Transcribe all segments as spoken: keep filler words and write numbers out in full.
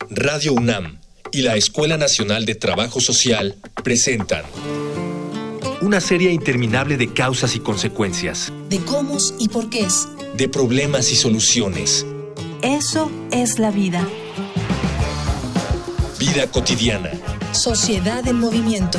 Radio UNAM y la Escuela Nacional de Trabajo Social presentan una serie interminable de causas y consecuencias, de cómo y por qué, de problemas y soluciones. Eso es la vida. Vida cotidiana. Sociedad en movimiento.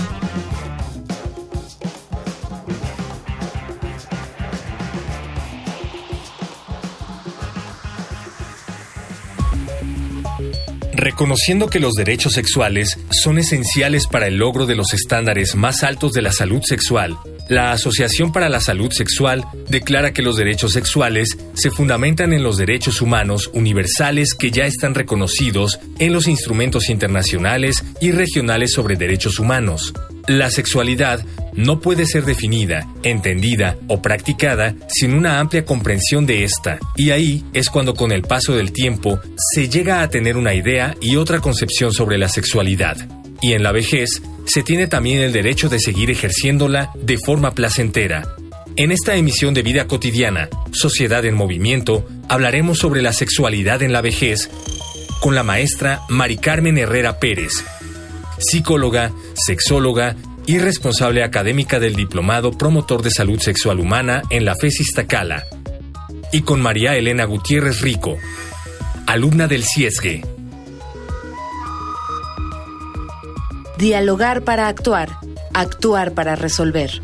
Reconociendo que los derechos sexuales son esenciales para el logro de los estándares más altos de la salud sexual, la Asociación para la Salud Sexual declara que los derechos sexuales se fundamentan en los derechos humanos universales que ya están reconocidos en los instrumentos internacionales y regionales sobre derechos humanos. La sexualidad no puede ser definida, entendida o practicada sin una amplia comprensión de esta, y ahí es cuando con el paso del tiempo se llega a tener una idea y otra concepción sobre la sexualidad. Y en la vejez se tiene también el derecho de seguir ejerciéndola de forma placentera. En esta emisión de Vida Cotidiana, Sociedad en Movimiento, hablaremos sobre la sexualidad en la vejez con la maestra Mari Carmen Herrera Pérez, psicóloga, sexóloga y responsable académica del Diplomado Promotor de Salud Sexual Humana en la FES Iztacala, y con María Elena Gutiérrez Rico, alumna del CIESGE. Dialogar para actuar, actuar para resolver.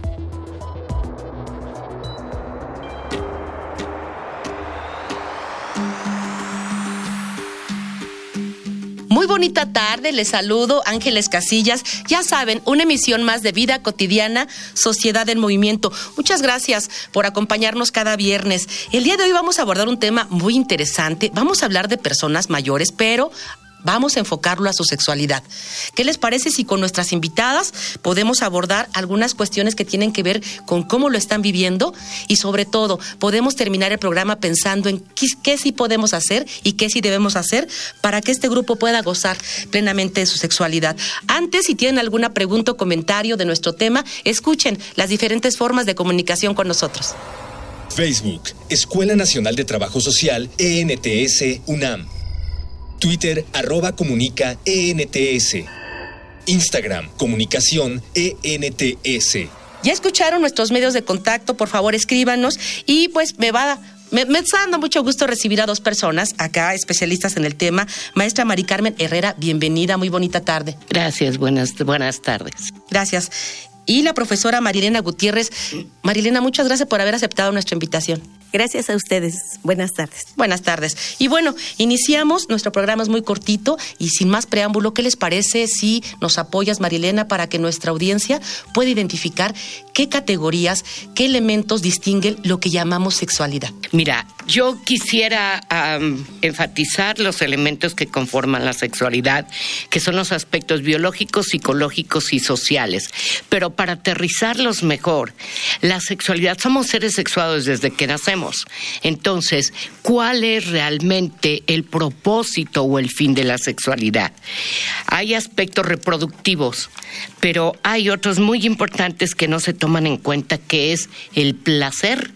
Muy bonita tarde, les saludo, Ángeles Casillas. Ya saben, una emisión más de Vida Cotidiana, Sociedad en Movimiento. Muchas gracias por acompañarnos cada viernes. El día de hoy vamos a abordar un tema muy interesante. Vamos a hablar de personas mayores, pero vamos a enfocarlo a su sexualidad. ¿Qué les parece si con nuestras invitadas podemos abordar algunas cuestiones que tienen que ver con cómo lo están viviendo y sobre todo podemos terminar el programa pensando en qué, qué sí podemos hacer y qué sí debemos hacer para que este grupo pueda gozar plenamente de su sexualidad? Antes, si tienen alguna pregunta o comentario de nuestro tema, escuchen las diferentes formas de comunicación con nosotros. Facebook, Escuela Nacional de Trabajo Social, E N T S UNAM. Twitter, arroba comunica E N T S. Instagram, comunicación E N T S. Ya escucharon nuestros medios de contacto, por favor escríbanos y pues me va... Me, me está dando mucho gusto recibir a dos personas acá, especialistas en el tema. Maestra Mari Carmen Herrera, bienvenida, muy bonita tarde. Gracias, buenas, buenas tardes. Gracias. Y la profesora Marilena Gutiérrez. Marilena, muchas gracias por haber aceptado nuestra invitación. Gracias a ustedes. Buenas tardes. Buenas tardes. Y bueno, iniciamos. Nuestro programa es muy cortito y sin más preámbulo, ¿qué les parece si nos apoyas, Marilena, para que nuestra audiencia pueda identificar qué categorías, qué elementos distinguen lo que llamamos sexualidad? Mira, yo quisiera um, enfatizar los elementos que conforman la sexualidad, que son los aspectos biológicos, psicológicos y sociales. Pero para aterrizarlos mejor, la sexualidad, somos seres sexuados desde que nacemos. Entonces, ¿cuál es realmente el propósito o el fin de la sexualidad? Hay aspectos reproductivos, pero hay otros muy importantes que no se toman en cuenta, que es el placer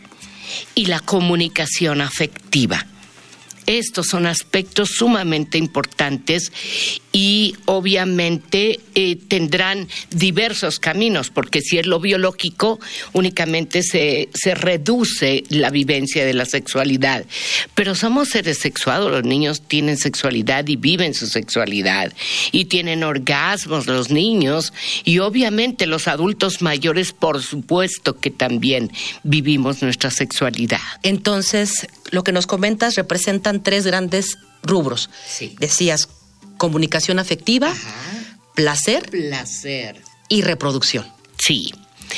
y la comunicación afectiva. Estos son aspectos sumamente importantes y obviamente eh, tendrán diversos caminos, porque si es lo biológico, únicamente se, se reduce la vivencia de la sexualidad. Pero somos seres sexuados, los niños tienen sexualidad y viven su sexualidad, y tienen orgasmos los niños, y obviamente los adultos mayores, por supuesto que también vivimos nuestra sexualidad. Entonces, lo que nos comentas representan tres grandes rubros. Sí. Decías, comunicación afectiva, Ajá. placer, placer y reproducción. Sí.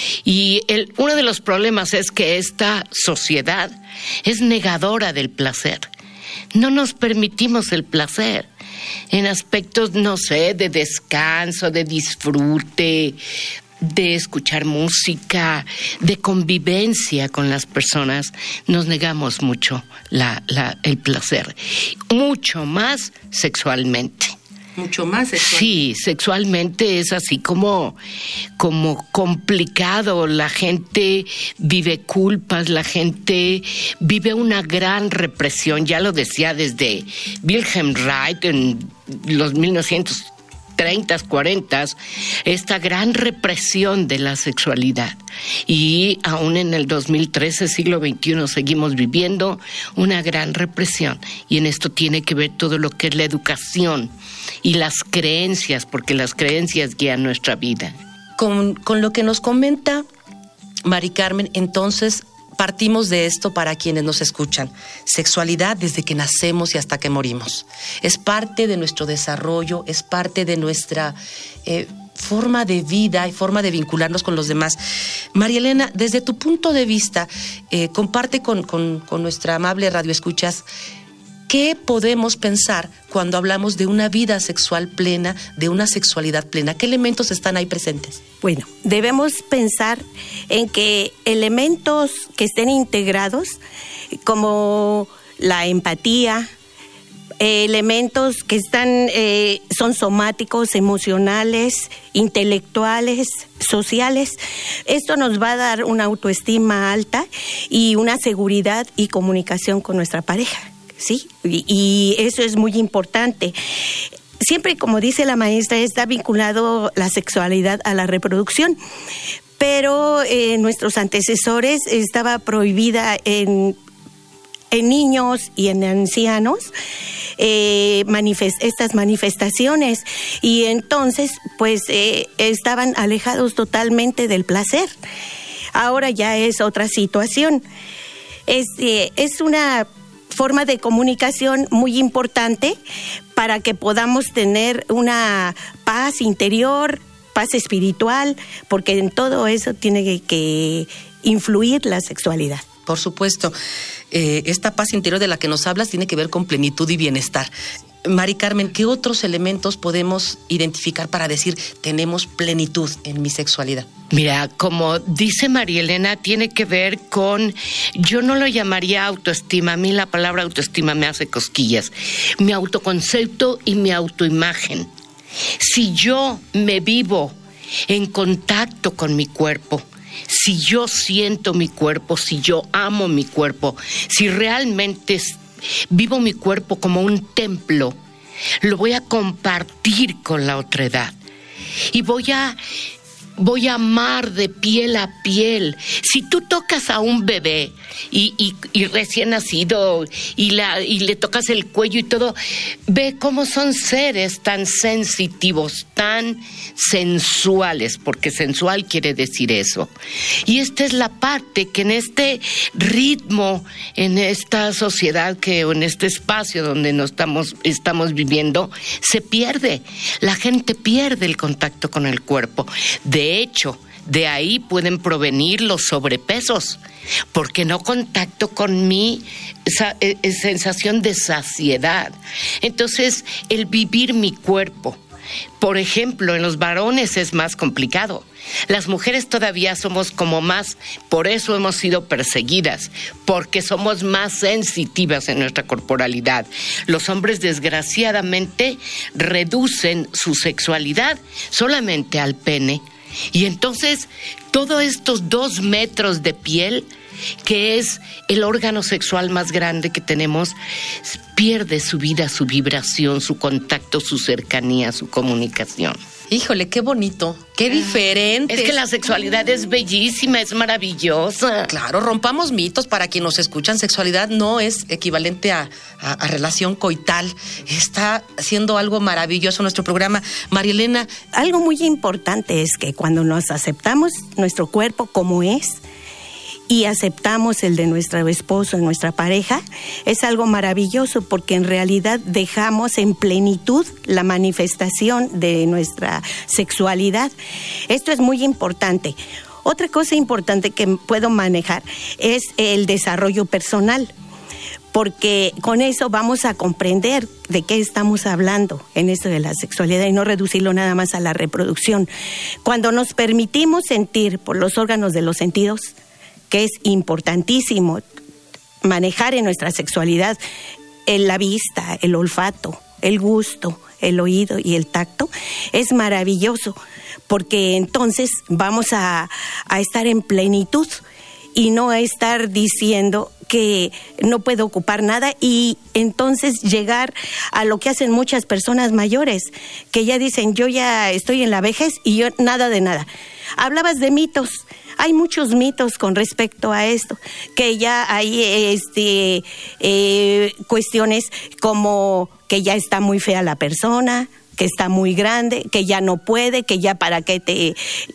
Y el, uno de los problemas es que esta sociedad es negadora del placer. No nos permitimos el placer en aspectos, no sé, de descanso, de disfrute, de escuchar música, de convivencia con las personas. Nos negamos mucho la, la, el placer, mucho más sexualmente. Mucho más sexual. Sí, sexualmente es así como, como complicado. La gente vive culpas, la gente vive una gran represión. Ya lo decía desde Wilhelm Reich en los mil novecientos treinta, cuarenta, esta gran represión de la sexualidad. Y aún en el dos mil trece, siglo veintiuno, seguimos viviendo una gran represión. Y en esto tiene que ver todo lo que es la educación y las creencias, porque las creencias guían nuestra vida. Con, con lo que nos comenta Mari Carmen, entonces partimos de esto para quienes nos escuchan. Sexualidad desde que nacemos y hasta que morimos. Es parte de nuestro desarrollo, es parte de nuestra eh, forma de vida y forma de vincularnos con los demás. María Elena, desde tu punto de vista, eh, comparte con, con, con nuestra amable radioescuchas, ¿qué podemos pensar cuando hablamos de una vida sexual plena, de una sexualidad plena? ¿Qué elementos están ahí presentes? Bueno, debemos pensar en que elementos que estén integrados, como la empatía, eh, elementos que están, eh, son somáticos, emocionales, intelectuales, sociales. Esto nos va a dar una autoestima alta y una seguridad y comunicación con nuestra pareja. Sí, y, y eso es muy importante. Siempre, como dice la maestra, está vinculado la sexualidad a la reproducción, pero eh, nuestros antecesores estaba prohibida en, en niños y en ancianos eh, manifest, estas manifestaciones, y entonces pues eh, estaban alejados totalmente del placer. Ahora ya es otra situación. Es, eh, es una forma de comunicación muy importante para que podamos tener una paz interior, paz espiritual, porque en todo eso tiene que, que influir la sexualidad. Por supuesto, eh, esta paz interior de la que nos hablas tiene que ver con plenitud y bienestar. Mari Carmen, ¿qué otros elementos podemos identificar para decir tenemos plenitud en mi sexualidad? Mira, como dice María Elena, tiene que ver con, yo no lo llamaría autoestima, a mí la palabra autoestima me hace cosquillas, mi autoconcepto y mi autoimagen. Si yo me vivo en contacto con mi cuerpo, si yo siento mi cuerpo, si yo amo mi cuerpo, si realmente vivo mi cuerpo como un templo, lo voy a compartir con la otredad y voy a voy a amar de piel a piel. Si tú tocas a un bebé y, y, y recién nacido y, la, y le tocas el cuello y todo, ve cómo son seres tan sensitivos, tan sensuales, porque sensual quiere decir eso. Y esta es la parte que en este ritmo, en esta sociedad que, o en este espacio donde nos estamos, estamos viviendo, se pierde. La gente pierde el contacto con el cuerpo. De hecho, de ahí pueden provenir los sobrepesos, porque no contacto con mi esa, esa sensación de saciedad. Entonces, el vivir mi cuerpo, por ejemplo, en los varones es más complicado. Las mujeres todavía somos como más, por eso hemos sido perseguidas, porque somos más sensitivas en nuestra corporalidad. Los hombres, desgraciadamente, reducen su sexualidad solamente al pene. Y entonces, todos estos dos metros de piel, que es el órgano sexual más grande que tenemos, pierde su vida, su vibración, su contacto, su cercanía, su comunicación. Híjole, qué bonito, qué diferente. Es que la sexualidad es bellísima, es maravillosa. Claro, rompamos mitos. Para quienes nos escuchan, sexualidad no es equivalente a, a, a relación coital. Está haciendo algo maravilloso nuestro programa. María Elena. Algo muy importante es que cuando nos aceptamos nuestro cuerpo como es, y aceptamos el de nuestro esposo, nuestra pareja, es algo maravilloso, porque en realidad dejamos en plenitud la manifestación de nuestra sexualidad. Esto es muy importante. Otra cosa importante que puedo manejar es el desarrollo personal, porque con eso vamos a comprender de qué estamos hablando en esto de la sexualidad y no reducirlo nada más a la reproducción. Cuando nos permitimos sentir por los órganos de los sentidos, que es importantísimo manejar en nuestra sexualidad, en la vista, el olfato, el gusto, el oído y el tacto, es maravilloso, porque entonces vamos a, a estar en plenitud y no a estar diciendo que no puedo ocupar nada, y entonces llegar a lo que hacen muchas personas mayores, que ya dicen, yo ya estoy en la vejez y yo nada de nada. Hablabas de mitos. Hay muchos mitos con respecto a esto, que ya hay este, eh, cuestiones como que ya está muy fea la persona, que está muy grande, que ya no puede, que ya para qué te,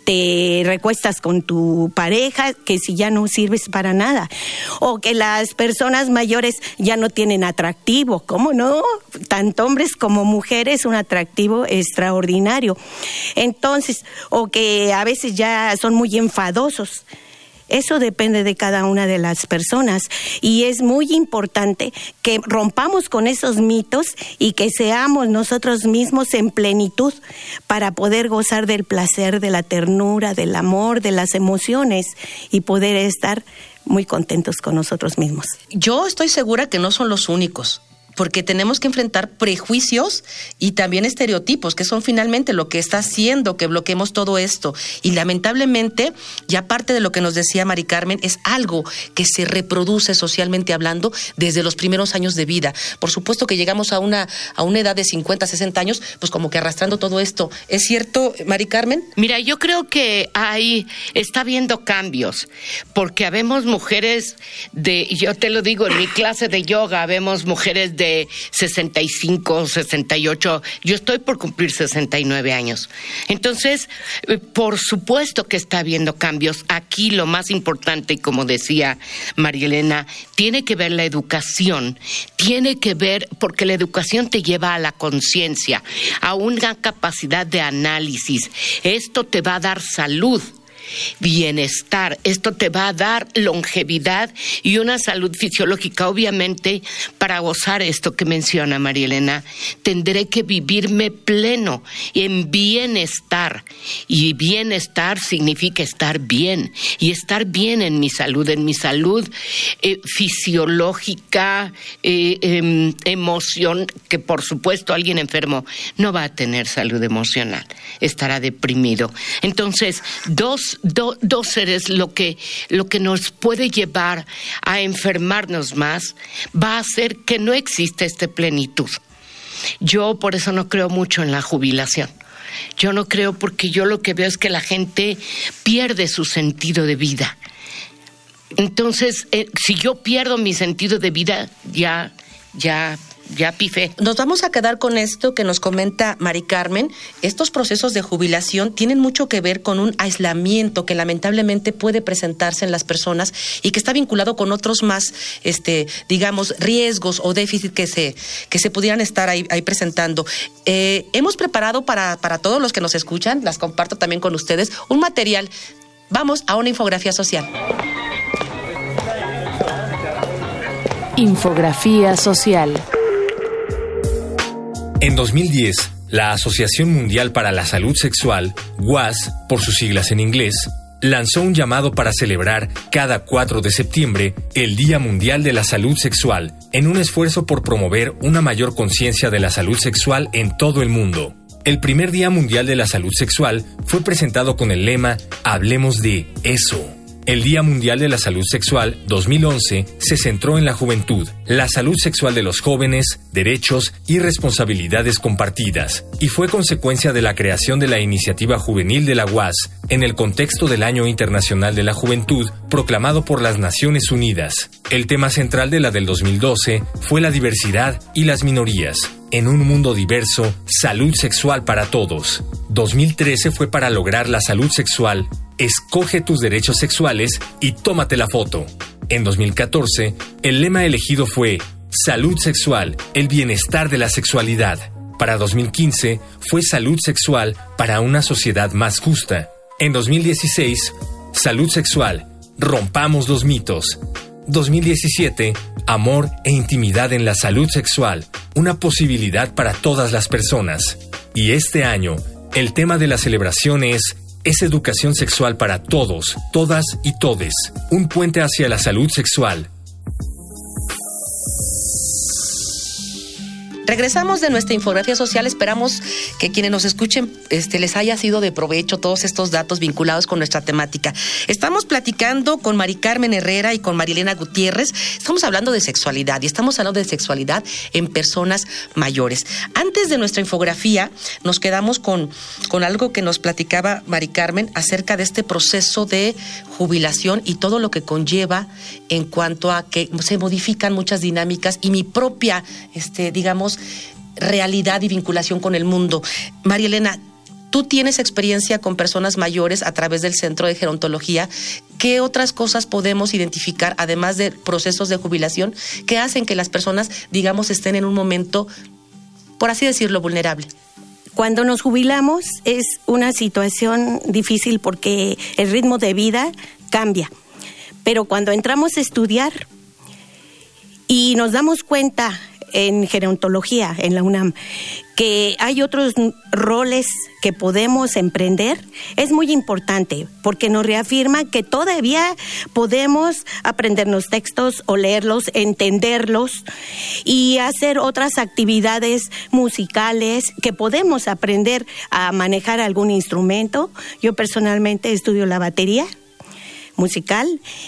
te recuestas con tu pareja, que si ya no sirves para nada. O que las personas mayores ya no tienen atractivo. ¿Cómo no? Tanto hombres como mujeres, un atractivo extraordinario. Entonces, o que a veces ya son muy enfadosos. Eso depende de cada una de las personas, y es muy importante que rompamos con esos mitos y que seamos nosotros mismos en plenitud para poder gozar del placer, de la ternura, del amor, de las emociones, y poder estar muy contentos con nosotros mismos. Yo estoy segura que no son los únicos, porque tenemos que enfrentar prejuicios y también estereotipos, que son finalmente lo que está haciendo que bloqueemos todo esto. Y lamentablemente, ya parte de lo que nos decía Mari Carmen, es algo que se reproduce socialmente hablando desde los primeros años de vida. Por supuesto que llegamos a una, a una edad de cincuenta, sesenta años, pues como que arrastrando todo esto. ¿Es cierto, Mari Carmen? Mira, yo creo que hay, está habiendo cambios, porque habemos mujeres de, yo te lo digo, en mi clase de yoga, habemos mujeres de de sesenta y cinco, sesenta y ocho, yo estoy por cumplir sesenta y nueve años. Entonces, por supuesto que está habiendo cambios. Aquí lo más importante, y como decía María Elena, tiene que ver la educación, tiene que ver, porque la educación te lleva a la conciencia, a una capacidad de análisis. Esto te va a dar salud, bienestar, esto te va a dar longevidad y una salud fisiológica. Obviamente, para gozar esto que menciona María Elena, tendré que vivirme pleno, en bienestar, y bienestar significa estar bien, y estar bien en mi salud, en mi salud eh, fisiológica, eh, eh, emoción, que por supuesto alguien enfermo no va a tener salud emocional, estará deprimido. Entonces, dos Do, dos seres, lo que, lo que nos puede llevar a enfermarnos más va a hacer que no exista esta plenitud. Yo por eso no creo mucho en la jubilación. Yo no creo, porque yo lo que veo es que la gente pierde su sentido de vida. Entonces, eh, si yo pierdo mi sentido de vida, ya, ya... Ya pifé. Nos vamos a quedar con esto que nos comenta Mari Carmen. Estos procesos de jubilación tienen mucho que ver con un aislamiento que lamentablemente puede presentarse en las personas y que está vinculado con otros más, este, digamos, riesgos o déficit que se, que se pudieran estar ahí, ahí presentando. Eh, hemos preparado para, para todos los que nos escuchan, las comparto también con ustedes, un material. Vamos a una infografía social. Infografía social. En dos mil diez, la Asociación Mundial para la Salud Sexual, W A S, por sus siglas en inglés, lanzó un llamado para celebrar cada cuatro de septiembre el Día Mundial de la Salud Sexual, en un esfuerzo por promover una mayor conciencia de la salud sexual en todo el mundo. El primer Día Mundial de la Salud Sexual fue presentado con el lema "Hablemos de eso". El Día Mundial de la Salud Sexual dos mil once se centró en la juventud, la salud sexual de los jóvenes, derechos y responsabilidades compartidas, y fue consecuencia de la creación de la Iniciativa Juvenil de la W A S en el contexto del Año Internacional de la Juventud proclamado por las Naciones Unidas. El tema central de la del dos mil doce fue la diversidad y las minorías. En un mundo diverso, salud sexual para todos. dos mil trece fue para lograr la salud sexual. Escoge tus derechos sexuales y tómate la foto. En dos mil catorce, el lema elegido fue Salud sexual, el bienestar de la sexualidad. Para dos mil quince, fue Salud sexual para una sociedad más justa. En dos mil dieciséis, Salud sexual, rompamos los mitos. dos mil diecisiete, Amor e intimidad en la salud sexual, una posibilidad para todas las personas. Y este año, el tema de la celebración es Es educación sexual para todos, todas y todes. Un puente hacia la salud sexual. Regresamos de nuestra infografía social. Esperamos que quienes nos escuchen este, les haya sido de provecho todos estos datos vinculados con nuestra temática. Estamos platicando con Mari Carmen Herrera y con Marilena Gutiérrez. Estamos hablando de sexualidad y estamos hablando de sexualidad en personas mayores. Antes de nuestra infografía nos quedamos con, con algo que nos platicaba Mari Carmen acerca de este proceso de jubilación y todo lo que conlleva en cuanto a que se modifican muchas dinámicas y mi propia, este, digamos, realidad y vinculación con el mundo. María Elena, tú tienes experiencia con personas mayores a través del Centro de Gerontología. ¿Qué otras cosas podemos identificar, además de procesos de jubilación, que hacen que las personas, digamos, estén en un momento, por así decirlo, vulnerable? Cuando nos jubilamos es una situación difícil porque el ritmo de vida cambia. Pero cuando entramos a estudiar y nos damos cuenta en gerontología, en la UNAM, que hay otros roles que podemos emprender, es muy importante porque nos reafirma que todavía podemos aprendernos textos o leerlos, entenderlos y hacer otras actividades musicales, que podemos aprender a manejar algún instrumento. Yo personalmente estudio la batería musical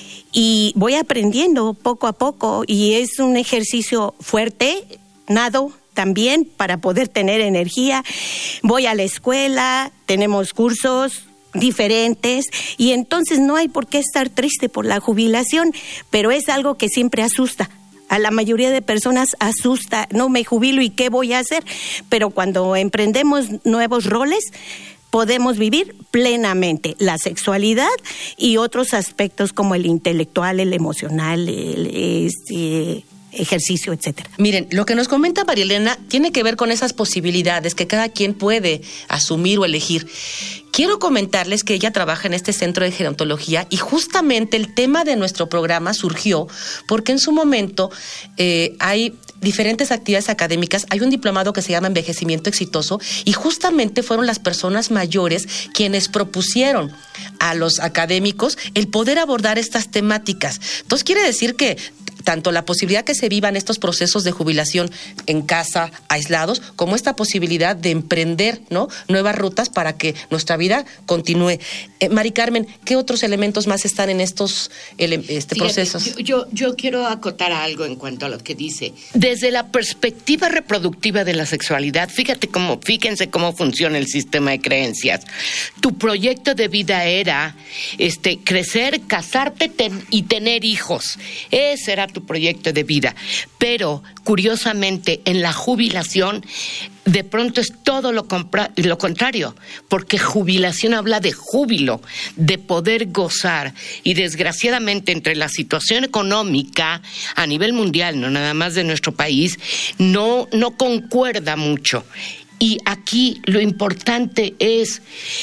y voy aprendiendo poco a poco y es un ejercicio fuerte, nado también para poder tener energía. Voy a la escuela, tenemos cursos diferentes y entonces no hay por qué estar triste por la jubilación, pero es algo que siempre asusta. A la mayoría de personas asusta, no me jubilo y qué voy a hacer, pero cuando emprendemos nuevos roles, podemos vivir plenamente la sexualidad y otros aspectos como el intelectual, el emocional, el este, ejercicio, etcétera. Miren, lo que nos comenta María Elena tiene que ver con esas posibilidades que cada quien puede asumir o elegir. Quiero comentarles que ella trabaja en este centro de gerontología y justamente el tema de nuestro programa surgió porque en su momento eh, hay diferentes actividades académicas. Hay un diplomado que se llama Envejecimiento Exitoso y justamente fueron las personas mayores quienes propusieron a los académicos el poder abordar estas temáticas. Entonces quiere decir que tanto la posibilidad que se vivan estos procesos de jubilación en casa, aislados, como esta posibilidad de emprender, ¿no?, nuevas rutas para que nuestra vida continúe. Eh, Mari Carmen, ¿qué otros elementos más están en estos ele- este, Fíjate, procesos? Yo, yo, yo quiero acotar algo en cuanto a lo que dice. Desde la perspectiva reproductiva de la sexualidad, fíjate cómo, fíjense cómo funciona el sistema de creencias. Tu proyecto de vida era este, crecer, casarte ten, y tener hijos. Ese era tu proyecto de vida, pero curiosamente en la jubilación de pronto es todo lo, compra- lo contrario, porque jubilación habla de júbilo, de poder gozar, y desgraciadamente entre la situación económica a nivel mundial, no nada más de nuestro país, no, no concuerda mucho. Y aquí lo importante es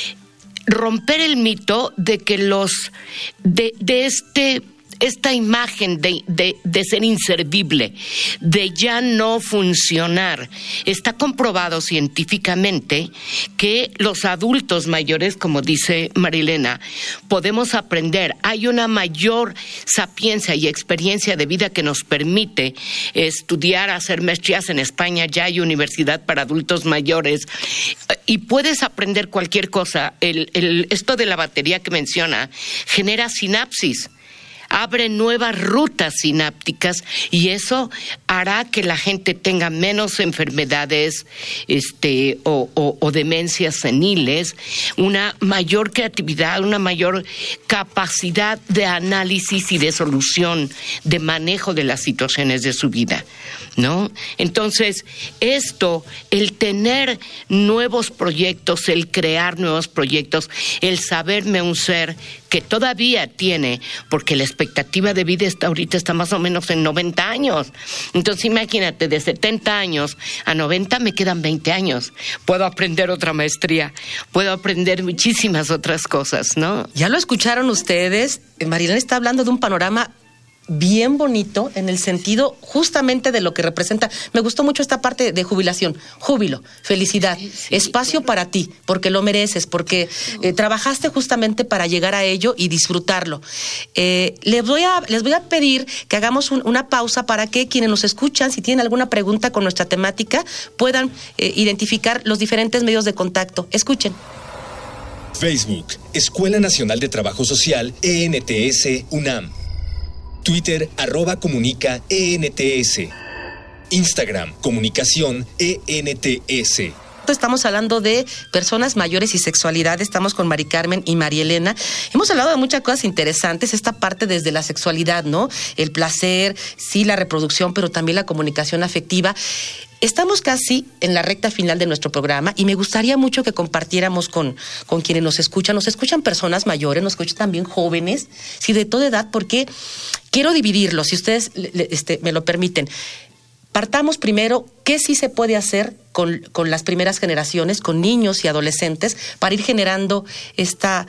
romper el mito de que los de, de este esta imagen de, de, de ser inservible, de ya no funcionar. Está comprobado científicamente que los adultos mayores, como dice María Elena, podemos aprender. Hay una mayor sapiencia y experiencia de vida que nos permite estudiar, hacer maestrías en España. Ya hay universidad para adultos mayores y puedes aprender cualquier cosa. El, el, esto de la batería que menciona genera sinapsis, abre nuevas rutas sinápticas y eso hará que la gente tenga menos enfermedades este, o, o, o demencias seniles, una mayor creatividad, una mayor capacidad de análisis y de solución, de manejo de las situaciones de su vida, ¿no? Entonces, esto, el tener nuevos proyectos, el crear nuevos proyectos, el saberme un ser que todavía tiene, porque la expectativa de vida está ahorita está más o menos en noventa años. Entonces, imagínate, de setenta años a noventa me quedan veinte años. Puedo aprender otra maestría, puedo aprender muchísimas otras cosas, ¿no? Ya lo escucharon ustedes, María Elena está hablando de un panorama bien bonito en el sentido justamente de lo que representa. Me gustó mucho esta parte de jubilación, júbilo, felicidad, sí, sí, espacio claro. para ti, porque lo mereces, porque eh, trabajaste justamente para llegar a ello y disfrutarlo. Eh, les, voy a, les voy a pedir que hagamos un, una pausa para que quienes nos escuchan, si tienen alguna pregunta con nuestra temática, puedan eh, identificar los diferentes medios de contacto. Escuchen. Facebook, Escuela Nacional de Trabajo Social, E N T S, UNAM. Twitter, arroba comunica E N T S. Instagram, comunicación E N T S. Estamos hablando de personas mayores y sexualidad. Estamos con Mari Carmen y María Elena. Hemos hablado de muchas cosas interesantes. Esta parte desde la sexualidad, ¿no? El placer, sí, la reproducción, pero también la comunicación afectiva. Estamos casi en la recta final de nuestro programa y me gustaría mucho que compartiéramos con, con quienes nos escuchan. Nos escuchan personas mayores, nos escuchan también jóvenes, sí, de toda edad, porque quiero dividirlo, si ustedes este, me lo permiten. Partamos primero, ¿qué sí se puede hacer con, con las primeras generaciones, con niños y adolescentes, para ir generando esta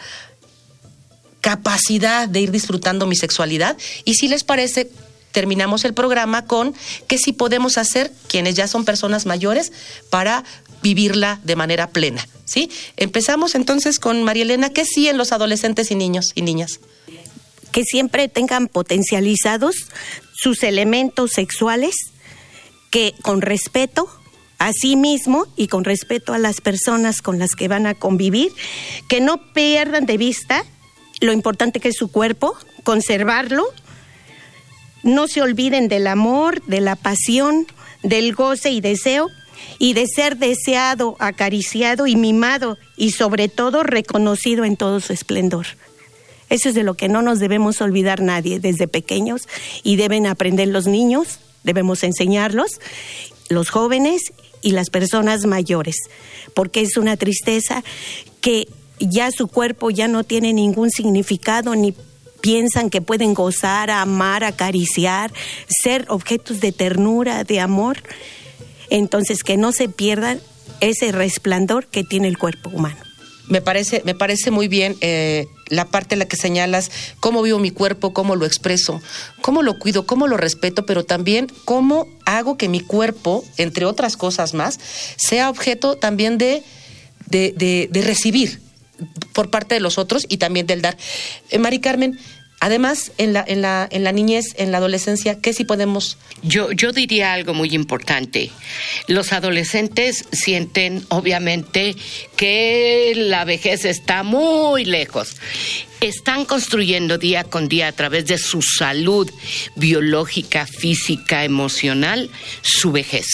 capacidad de ir disfrutando mi sexualidad? Y si les parece, terminamos el programa con qué sí podemos hacer, quienes ya son personas mayores, para vivirla de manera plena, ¿sí? Empezamos entonces con María Elena. ¿Qué sí en los adolescentes y niños y niñas? Que siempre tengan potencializados sus elementos sexuales, que con respeto a sí mismo y con respeto a las personas con las que van a convivir, que no pierdan de vista lo importante que es su cuerpo, conservarlo, no se olviden del amor, de la pasión, del goce y deseo, y de ser deseado, acariciado y mimado, y sobre todo reconocido en todo su esplendor. Eso es de lo que no nos debemos olvidar nadie desde pequeños, y deben aprender los niños, debemos enseñarlos, los jóvenes y las personas mayores, porque es una tristeza que ya su cuerpo ya no tiene ningún significado, ni piensan que pueden gozar, amar, acariciar, ser objetos de ternura, de amor. Entonces, que no se pierdan ese resplandor que tiene el cuerpo humano. Me parece, me parece muy bien eh, la parte en la que señalas cómo vivo mi cuerpo, cómo lo expreso, cómo lo cuido, cómo lo respeto, pero también cómo hago que mi cuerpo, entre otras cosas más, sea objeto también de, de, de, de recibir por parte de los otros y también del dar. Eh, Mari Carmen, además, en la, en la, en la niñez, en la adolescencia, ¿qué sí podemos? Yo, yo diría algo muy importante. Los adolescentes sienten, obviamente, que la vejez está muy lejos. Están construyendo día con día, a través de su salud biológica, física, emocional, su vejez.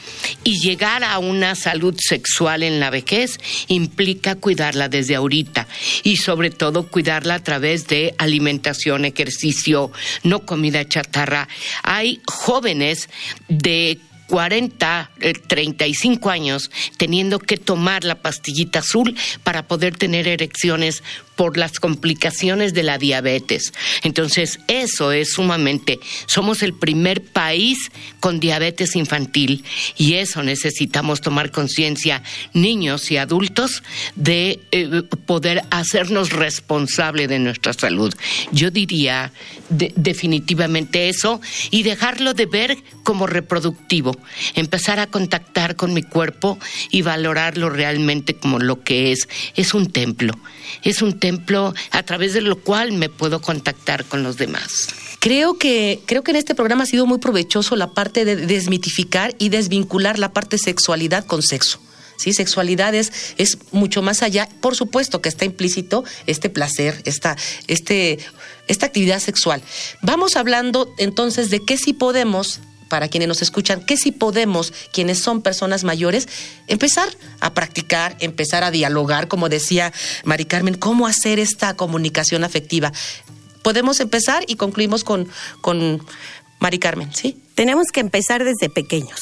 Y llegar a una salud sexual en la vejez implica cuidarla desde ahorita, y sobre todo cuidarla a través de alimentación, ejercicio, no comida chatarra. Hay jóvenes de cuarenta, treinta y cinco años teniendo que tomar la pastillita azul para poder tener erecciones por las complicaciones de la diabetes. Entonces, eso es sumamente... Somos el primer país con diabetes infantil, y eso necesitamos tomar conciencia, niños y adultos, de eh, poder hacernos responsable de nuestra salud. Yo diría de, definitivamente eso, y dejarlo de ver como reproductivo. Empezar a contactar con mi cuerpo y valorarlo realmente como lo que es. Es un templo. Es un templo a través de lo cual me puedo contactar con los demás. Creo que, creo que en este programa ha sido muy provechoso la parte de desmitificar y desvincular la parte sexualidad con sexo. Sí, sexualidad es, es mucho más allá. Por supuesto que está implícito este placer, esta, este, esta actividad sexual. Vamos hablando entonces de qué sí podemos, para quienes nos escuchan, qué sí podemos, quienes son personas mayores, empezar a practicar, empezar a dialogar, como decía Mari Carmen, cómo hacer esta comunicación afectiva. Podemos empezar y concluimos con, con Mari Carmen, ¿sí? Tenemos que empezar desde pequeños.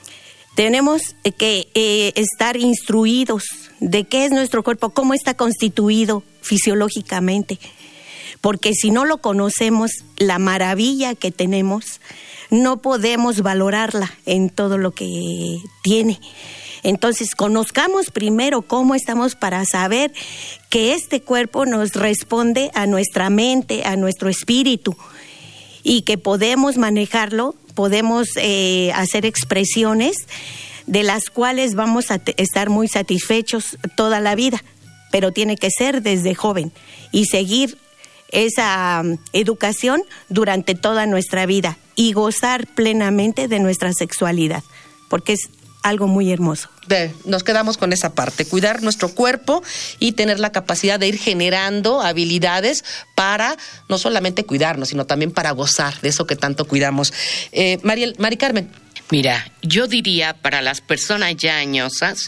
Tenemos que eh, estar instruidos de qué es nuestro cuerpo, cómo está constituido fisiológicamente, porque si no lo conocemos, la maravilla que tenemos, no podemos valorarla en todo lo que tiene. Entonces, conozcamos primero cómo estamos para saber que este cuerpo nos responde a nuestra mente, a nuestro espíritu, y que podemos manejarlo, podemos eh, hacer expresiones de las cuales vamos a te- estar muy satisfechos toda la vida, pero tiene que ser desde joven y seguir esa um, educación durante toda nuestra vida y gozar plenamente de nuestra sexualidad, porque es algo muy hermoso. De, nos quedamos con esa parte, cuidar nuestro cuerpo y tener la capacidad de ir generando habilidades para no solamente cuidarnos, sino también para gozar de eso que tanto cuidamos. Eh, Mariel, Mari Carmen. Mira, yo diría para las personas ya añosas,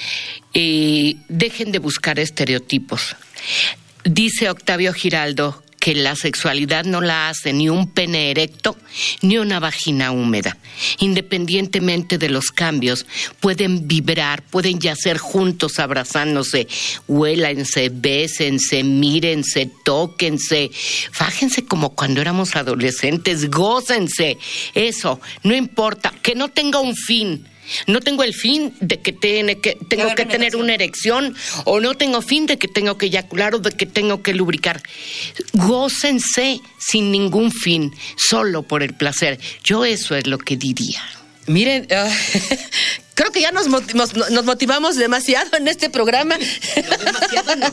eh, dejen de buscar estereotipos. Dice Octavio Giraldo que la sexualidad no la hace ni un pene erecto ni una vagina húmeda. Independientemente de los cambios, pueden vibrar, pueden yacer juntos abrazándose, huélanse, bésense, mírense, tóquense, fájense como cuando éramos adolescentes, gócense. Eso, no importa, que no tenga un fin. No tengo el fin de que, tiene que tengo que tener una erección, o no tengo fin de que tengo que eyacular o de que tengo que lubricar. Gócense sin ningún fin, solo por el placer. Yo eso es lo que diría. Miren, uh, creo que ya nos, motivamos, nos motivamos demasiado en este programa. No, demasiado no.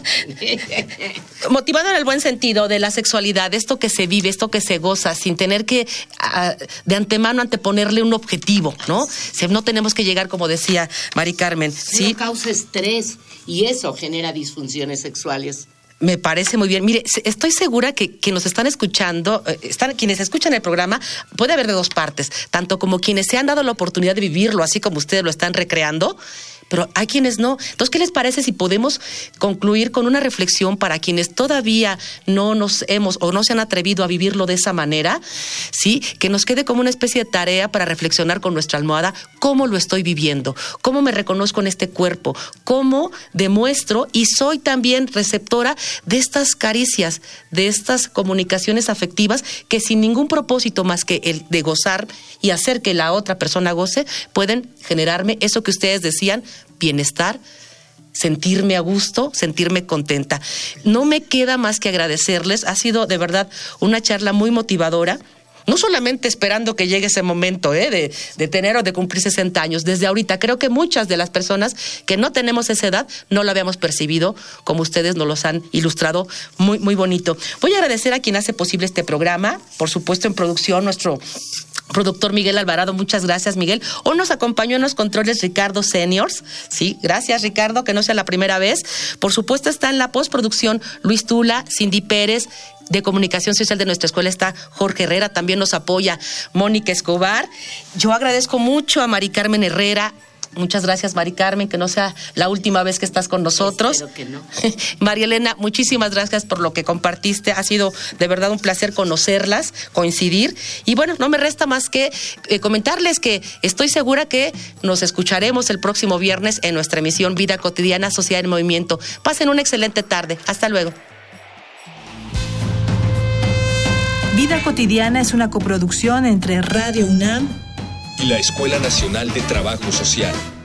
Motivado en el buen sentido de la sexualidad, esto que se vive, esto que se goza, sin tener que uh, de antemano anteponerle un objetivo, ¿no? Si no tenemos que llegar, como decía Mari Carmen. ¿Sí? No causa estrés y eso genera disfunciones sexuales. Me parece muy bien. Mire, estoy segura que, que nos están escuchando, eh, están quienes escuchan el programa, puede haber de dos partes, tanto como quienes se han dado la oportunidad de vivirlo, así como ustedes lo están recreando, pero hay quienes no. Entonces, ¿qué les parece si podemos concluir con una reflexión para quienes todavía no nos hemos o no se han atrevido a vivirlo de esa manera? Sí, que nos quede como una especie de tarea para reflexionar con nuestra almohada cómo lo estoy viviendo, cómo me reconozco en este cuerpo, cómo demuestro y soy también receptora de estas caricias, de estas comunicaciones afectivas que sin ningún propósito más que el de gozar y hacer que la otra persona goce, pueden generarme eso que ustedes decían, bienestar, sentirme a gusto, sentirme contenta. No me queda más que agradecerles. Ha sido de verdad una charla muy motivadora. No solamente esperando que llegue ese momento ¿eh? de, de tener o de cumplir sesenta años, desde ahorita. Creo que muchas de las personas que no tenemos esa edad no lo habíamos percibido como ustedes nos los han ilustrado muy, muy bonito. Voy a agradecer a quien hace posible este programa, por supuesto en producción, nuestro productor Miguel Alvarado, muchas gracias Miguel. Hoy nos acompañó en los controles Ricardo Seniors, sí, gracias Ricardo, que no sea la primera vez. Por supuesto está en la postproducción Luis Tula, Cindy Pérez. De comunicación social de nuestra escuela está Jorge Herrera, también nos apoya Mónica Escobar. Yo agradezco mucho a Mari Carmen Herrera. Muchas gracias, Mari Carmen, que no sea la última vez que estás con nosotros. Espero que no. María Elena, muchísimas gracias por lo que compartiste. Ha sido de verdad un placer conocerlas, coincidir. Y bueno, no me resta más que eh, comentarles que estoy segura que nos escucharemos el próximo viernes en nuestra emisión Vida Cotidiana, Sociedad en Movimiento. Pasen una excelente tarde. Hasta luego. Vida Cotidiana es una coproducción entre Radio UNAM y la Escuela Nacional de Trabajo Social.